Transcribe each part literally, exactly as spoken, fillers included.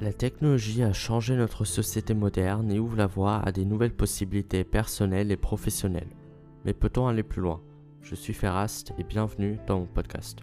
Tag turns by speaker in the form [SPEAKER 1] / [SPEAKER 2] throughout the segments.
[SPEAKER 1] La technologie a changé notre société moderne et ouvre la voie à des nouvelles possibilités personnelles et professionnelles. Mais peut-on aller plus loin? Je suis Ferrast et bienvenue dans mon podcast.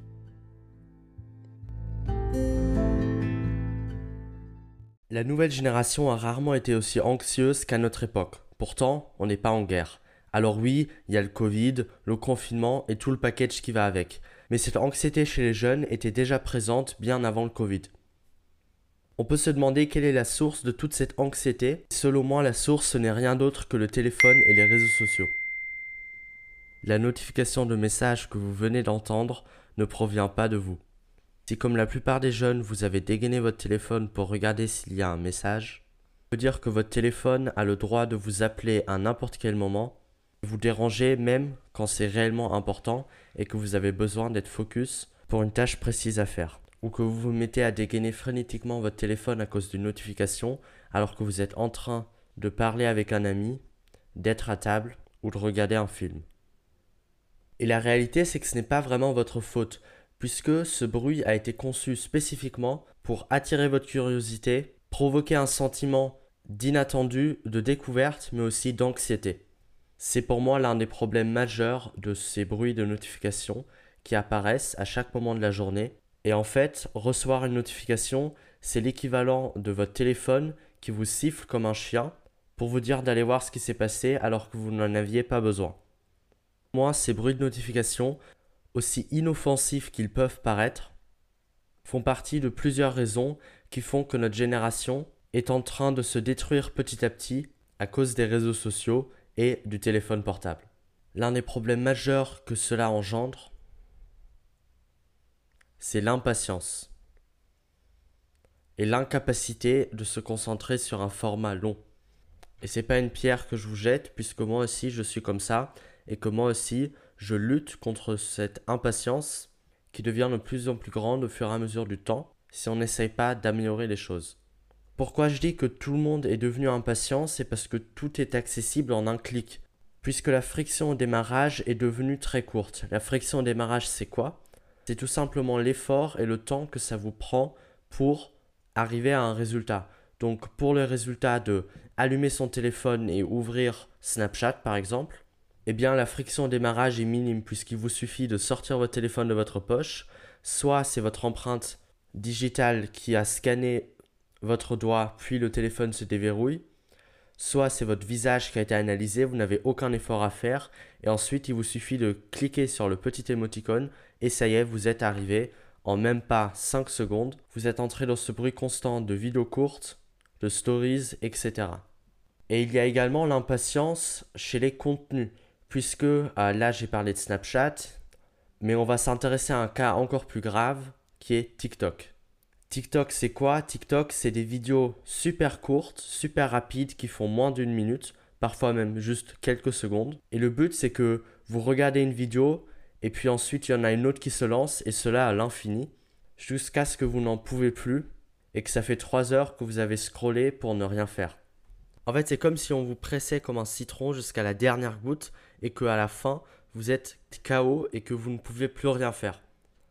[SPEAKER 1] La nouvelle génération a rarement été aussi anxieuse qu'à notre époque. Pourtant, on n'est pas en guerre. Alors oui, il y a le Covid, le confinement et tout le package qui va avec. Mais cette anxiété chez les jeunes était déjà présente bien avant le Covid. On peut se demander quelle est la source de toute cette anxiété. Selon moi, la source ce n'est rien d'autre que le téléphone et les réseaux sociaux. La notification de message que vous venez d'entendre ne provient pas de vous. Si comme la plupart des jeunes, vous avez dégainé votre téléphone pour regarder s'il y a un message, ça veut dire que votre téléphone a le droit de vous appeler à n'importe quel moment, vous déranger même quand c'est réellement important et que vous avez besoin d'être focus pour une tâche précise à faire. Ou que vous vous mettez à dégainer frénétiquement votre téléphone à cause d'une notification alors que vous êtes en train de parler avec un ami, d'être à table ou de regarder un film. Et la réalité, c'est que ce n'est pas vraiment votre faute, puisque ce bruit a été conçu spécifiquement pour attirer votre curiosité, provoquer un sentiment d'inattendu, de découverte, mais aussi d'anxiété. C'est pour moi l'un des problèmes majeurs de ces bruits de notification qui apparaissent à chaque moment de la journée. Et en fait, recevoir une notification, c'est l'équivalent de votre téléphone qui vous siffle comme un chien pour vous dire d'aller voir ce qui s'est passé alors que vous n'en aviez pas besoin. Moi, ces bruits de notification, aussi inoffensifs qu'ils peuvent paraître, font partie de plusieurs raisons qui font que notre génération est en train de se détruire petit à petit à cause des réseaux sociaux et du téléphone portable. L'un des problèmes majeurs que cela engendre, c'est l'impatience et l'incapacité de se concentrer sur un format long. Et c'est pas une pierre que je vous jette, puisque moi aussi je suis comme ça, et que moi aussi je lutte contre cette impatience qui devient de plus en plus grande au fur et à mesure du temps, si on n'essaye pas d'améliorer les choses. Pourquoi je dis que tout le monde est devenu impatient, c'est parce que tout est accessible en un clic, puisque la friction au démarrage est devenue très courte. La friction au démarrage, c'est quoi ? C'est tout simplement l'effort et le temps que ça vous prend pour arriver à un résultat. Donc pour le résultat de allumer son téléphone et ouvrir Snapchat par exemple, eh bien la friction au démarrage est minime puisqu'il vous suffit de sortir votre téléphone de votre poche, soit c'est votre empreinte digitale qui a scanné votre doigt puis le téléphone se déverrouille, soit c'est votre visage qui a été analysé, vous n'avez aucun effort à faire et ensuite il vous suffit de cliquer sur le petit émoticône et ça y est, vous êtes arrivé en même pas cinq secondes, vous êtes entré dans ce bruit constant de vidéos courtes, de stories, et cetera. Et il y a également l'impatience chez les contenus, puisque euh, là j'ai parlé de Snapchat, mais on va s'intéresser à un cas encore plus grave qui est TikTok. TikTok c'est quoi ? TikTok c'est des vidéos super courtes, super rapides qui font moins d'une minute, parfois même juste quelques secondes. Et le but c'est que vous regardez une vidéo et puis ensuite il y en a une autre qui se lance et cela à l'infini, jusqu'à ce que vous n'en pouvez plus et que ça fait trois heures que vous avez scrollé pour ne rien faire. En fait c'est comme si on vous pressait comme un citron jusqu'à la dernière goutte et qu'à la fin vous êtes K O et que vous ne pouvez plus rien faire.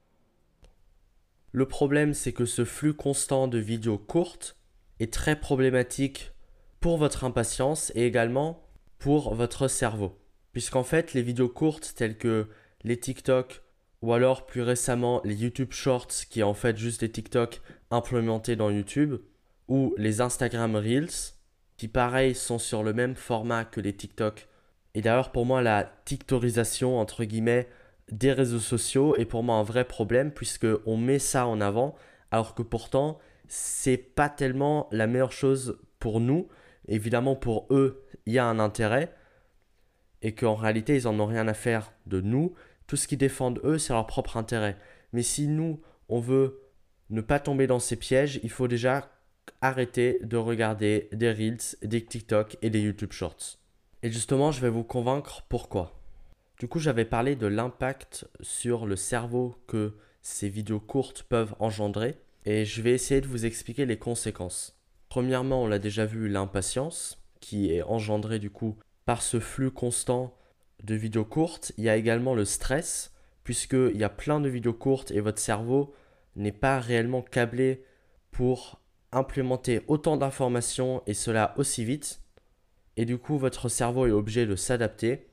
[SPEAKER 1] Le problème, c'est que ce flux constant de vidéos courtes est très problématique pour votre impatience et également pour votre cerveau. Puisqu'en fait, les vidéos courtes telles que les TikTok ou alors plus récemment les YouTube Shorts qui est en fait juste des TikTok implémentés dans YouTube ou les Instagram Reels qui pareil sont sur le même format que les TikTok. Et d'ailleurs pour moi la TikTorisation entre guillemets des réseaux sociaux est pour moi un vrai problème puisque on met ça en avant alors que pourtant c'est pas tellement la meilleure chose pour nous. Évidemment pour eux il y a un intérêt et qu'en réalité ils en ont rien à faire de nous. Tout ce qu'ils défendent eux c'est leur propre intérêt. Mais si nous on veut ne pas tomber dans ces pièges, il faut déjà arrêter de regarder des Reels, des TikTok et des YouTube Shorts. Et justement je vais vous convaincre pourquoi. Du coup, j'avais parlé de l'impact sur le cerveau que ces vidéos courtes peuvent engendrer et je vais essayer de vous expliquer les conséquences. Premièrement, on l'a déjà vu, l'impatience qui est engendrée du coup par ce flux constant de vidéos courtes. Il y a également le stress puisqu'il y a plein de vidéos courtes et votre cerveau n'est pas réellement câblé pour implémenter autant d'informations et cela aussi vite. Et du coup, votre cerveau est obligé de s'adapter.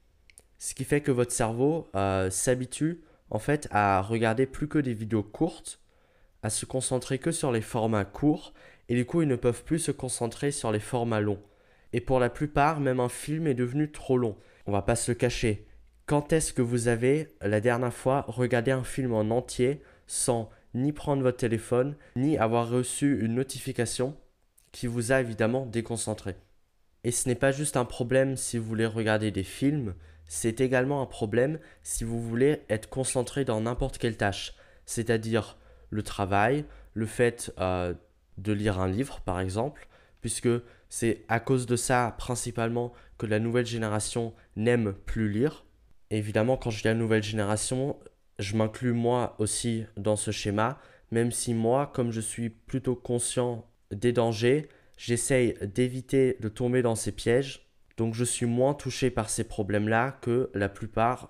[SPEAKER 1] Ce qui fait que votre cerveau euh, s'habitue en fait à regarder plus que des vidéos courtes, à se concentrer que sur les formats courts. Et du coup, ils ne peuvent plus se concentrer sur les formats longs. Et pour la plupart, même un film est devenu trop long. On va pas se le cacher. Quand est-ce que vous avez la dernière fois regardé un film en entier sans ni prendre votre téléphone, ni avoir reçu une notification qui vous a évidemment déconcentré? Et ce n'est pas juste un problème si vous voulez regarder des films, c'est également un problème si vous voulez être concentré dans n'importe quelle tâche, c'est-à-dire le travail, le fait euh, de lire un livre par exemple, puisque c'est à cause de ça principalement que la nouvelle génération n'aime plus lire. Et évidemment, quand je dis la nouvelle génération, je m'inclus moi aussi dans ce schéma, même si moi, comme je suis plutôt conscient des dangers, j'essaye d'éviter de tomber dans ces pièges. Donc je suis moins touché par ces problèmes-là que la plupart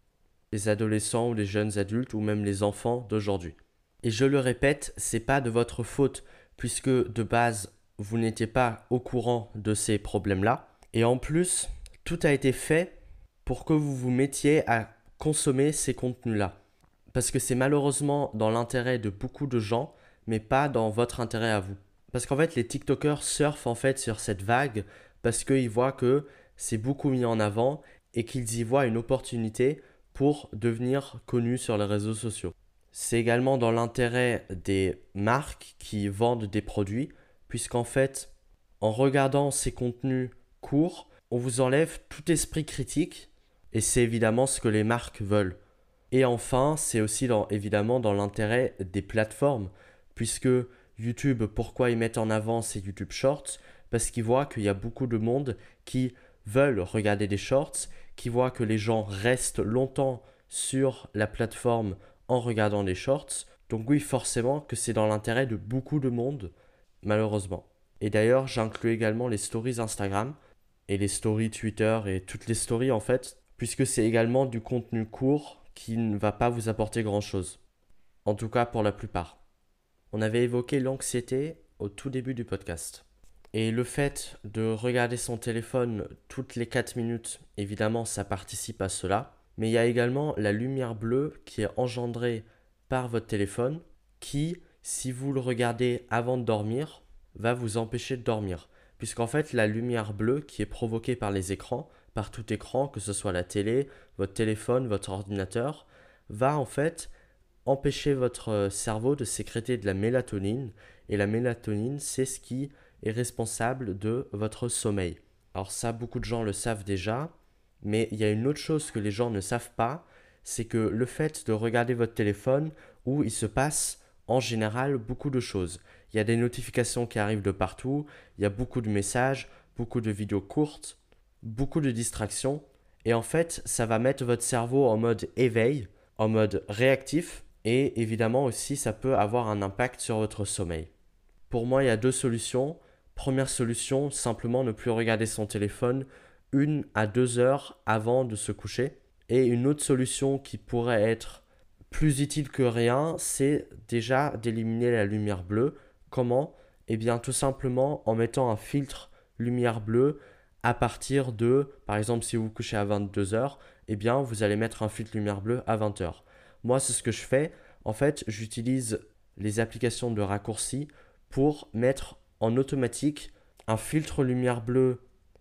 [SPEAKER 1] des adolescents ou des jeunes adultes ou même les enfants d'aujourd'hui. Et je le répète, c'est pas de votre faute puisque de base vous n'étiez pas au courant de ces problèmes-là. Et en plus, tout a été fait pour que vous vous mettiez à consommer ces contenus-là. Parce que c'est malheureusement dans l'intérêt de beaucoup de gens, mais pas dans votre intérêt à vous. Parce qu'en fait, les TikTokers surfent en fait sur cette vague parce qu'ils voient que c'est beaucoup mis en avant et qu'ils y voient une opportunité pour devenir connus sur les réseaux sociaux. C'est également dans l'intérêt des marques qui vendent des produits, puisqu'en fait, en regardant ces contenus courts, on vous enlève tout esprit critique et c'est évidemment ce que les marques veulent. Et enfin, c'est aussi dans, évidemment dans l'intérêt des plateformes, puisque YouTube, pourquoi ils mettent en avant ces YouTube Shorts? Parce qu'ils voient qu'il y a beaucoup de monde qui veulent regarder des shorts, qui voient que les gens restent longtemps sur la plateforme en regardant des shorts. Donc oui, forcément que c'est dans l'intérêt de beaucoup de monde, malheureusement. Et d'ailleurs, j'inclus également les stories Instagram et les stories Twitter et toutes les stories en fait, puisque c'est également du contenu court qui ne va pas vous apporter grand-chose. En tout cas pour la plupart. On avait évoqué l'anxiété au tout début du podcast. Et le fait de regarder son téléphone toutes les quatre minutes, évidemment, ça participe à cela. Mais il y a également la lumière bleue qui est engendrée par votre téléphone qui, si vous le regardez avant de dormir, va vous empêcher de dormir. Puisqu'en fait, la lumière bleue qui est provoquée par les écrans, par tout écran, que ce soit la télé, votre téléphone, votre ordinateur, va en fait empêcher votre cerveau de sécréter de la mélatonine. Et la mélatonine, c'est ce qui est responsable de votre sommeil. Alors ça, beaucoup de gens le savent déjà, mais il y a une autre chose que les gens ne savent pas, c'est que le fait de regarder votre téléphone où il se passe en général beaucoup de choses. Il y a des notifications qui arrivent de partout, il y a beaucoup de messages, beaucoup de vidéos courtes, beaucoup de distractions. Et en fait, ça va mettre votre cerveau en mode éveil, en mode réactif. Et évidemment aussi, ça peut avoir un impact sur votre sommeil. Pour moi, il y a deux solutions. Première solution, simplement ne plus regarder son téléphone une à deux heures avant de se coucher. Et une autre solution qui pourrait être plus utile que rien, c'est déjà d'éliminer la lumière bleue. Comment? Eh bien, tout simplement en mettant un filtre lumière bleue à partir de, par exemple, si vous vous couchez à vingt-deux heures, eh bien, vous allez mettre un filtre lumière bleue à vingt heures. Moi, c'est ce que je fais. En fait, j'utilise les applications de raccourci pour mettre en automatique un filtre lumière bleue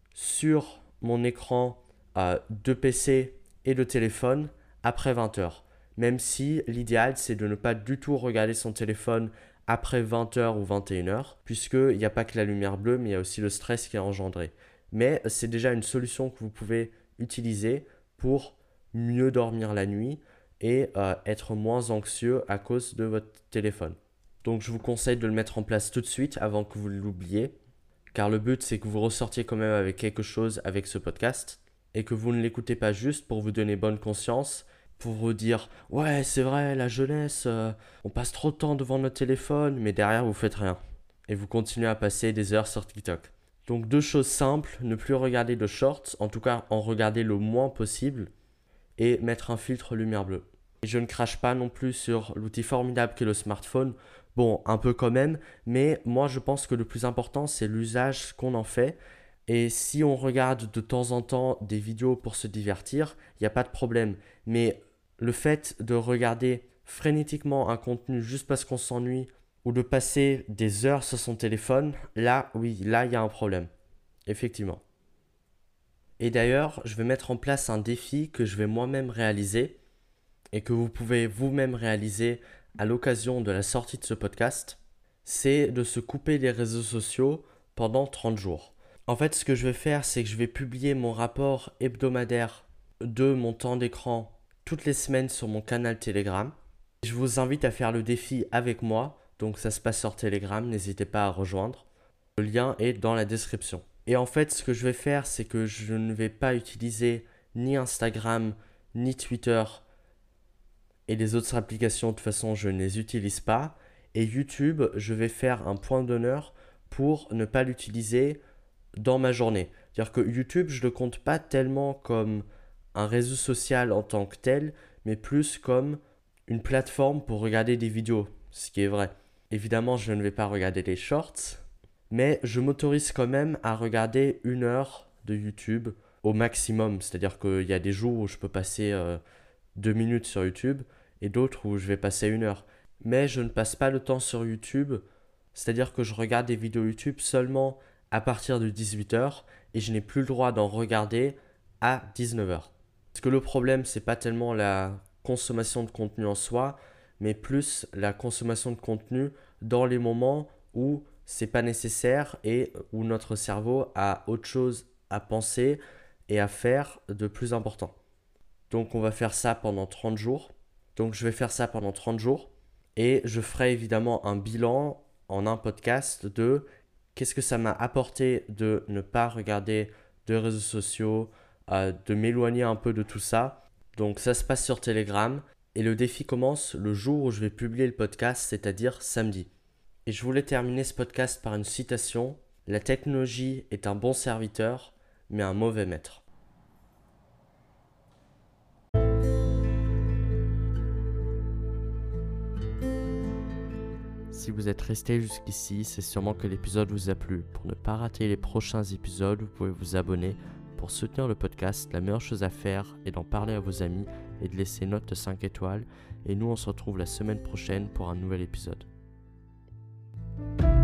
[SPEAKER 1] sur mon écran euh, de P C et de téléphone après vingt heures. Même si l'idéal, c'est de ne pas du tout regarder son téléphone après vingt heures ou vingt et une heures, puisqu'il n'y a pas que la lumière bleue, mais il y a aussi le stress qui est engendré. Mais c'est déjà une solution que vous pouvez utiliser pour mieux dormir la nuit et euh, être moins anxieux à cause de votre téléphone. Donc je vous conseille de le mettre en place tout de suite avant que vous l'oubliez, car le but c'est que vous ressortiez quand même avec quelque chose avec ce podcast et que vous ne l'écoutez pas juste pour vous donner bonne conscience, pour vous dire « Ouais, c'est vrai, la jeunesse, euh, on passe trop de temps devant notre téléphone, mais derrière vous faites rien. » Et vous continuez à passer des heures sur TikTok. Donc deux choses simples, ne plus regarder de shorts, en tout cas en regarder le moins possible, et mettre un filtre lumière bleue. Et je ne crache pas non plus sur l'outil formidable qu'est le smartphone. Bon, un peu quand même, mais moi je pense que le plus important c'est l'usage qu'on en fait. Et si on regarde de temps en temps des vidéos pour se divertir, il n'y a pas de problème. Mais le fait de regarder frénétiquement un contenu juste parce qu'on s'ennuie ou de passer des heures sur son téléphone, là, oui, là, il y a un problème. Effectivement. Et d'ailleurs, je vais mettre en place un défi que je vais moi-même réaliser et que vous pouvez vous-même réaliser à l'occasion de la sortie de ce podcast. C'est de se couper des réseaux sociaux pendant trente jours. En fait, ce que je vais faire, c'est que je vais publier mon rapport hebdomadaire de mon temps d'écran toutes les semaines sur mon canal Telegram. Je vous invite à faire le défi avec moi, donc ça se passe sur Telegram, n'hésitez pas à rejoindre. Le lien est dans la description. Et en fait, ce que je vais faire, c'est que je ne vais pas utiliser ni Instagram, ni Twitter et les autres applications. De toute façon, je ne les utilise pas. Et YouTube, je vais faire un point d'honneur pour ne pas l'utiliser dans ma journée. C'est-à-dire que YouTube, je ne le compte pas tellement comme un réseau social en tant que tel, mais plus comme une plateforme pour regarder des vidéos, ce qui est vrai. Évidemment, je ne vais pas regarder les shorts, mais je m'autorise quand même à regarder une heure de YouTube au maximum. C'est-à-dire qu'il y a des jours où je peux passer euh, deux minutes sur YouTube et d'autres où je vais passer une heure. Mais je ne passe pas le temps sur YouTube, c'est-à-dire que je regarde des vidéos YouTube seulement à partir de dix-huit heures et je n'ai plus le droit d'en regarder à dix-neuf heures. Parce que le problème, c'est pas tellement la consommation de contenu en soi, mais plus la consommation de contenu dans les moments où c'est pas nécessaire et où notre cerveau a autre chose à penser et à faire de plus important. Donc on va faire ça pendant trente jours. Donc je vais faire ça pendant trente jours et je ferai évidemment un bilan en un podcast de qu'est-ce que ça m'a apporté de ne pas regarder de réseaux sociaux, euh, de m'éloigner un peu de tout ça. Donc ça se passe sur Telegram et le défi commence le jour où je vais publier le podcast, c'est-à-dire samedi. Et je voulais terminer ce podcast par une citation. La technologie est un bon serviteur, mais un mauvais maître. Si vous êtes resté jusqu'ici, c'est sûrement que l'épisode vous a plu. Pour ne pas rater les prochains épisodes, vous pouvez vous abonner. Pour soutenir le podcast, la meilleure chose à faire est d'en parler à vos amis et de laisser une note de cinq étoiles. Et nous, on se retrouve la semaine prochaine pour un nouvel épisode.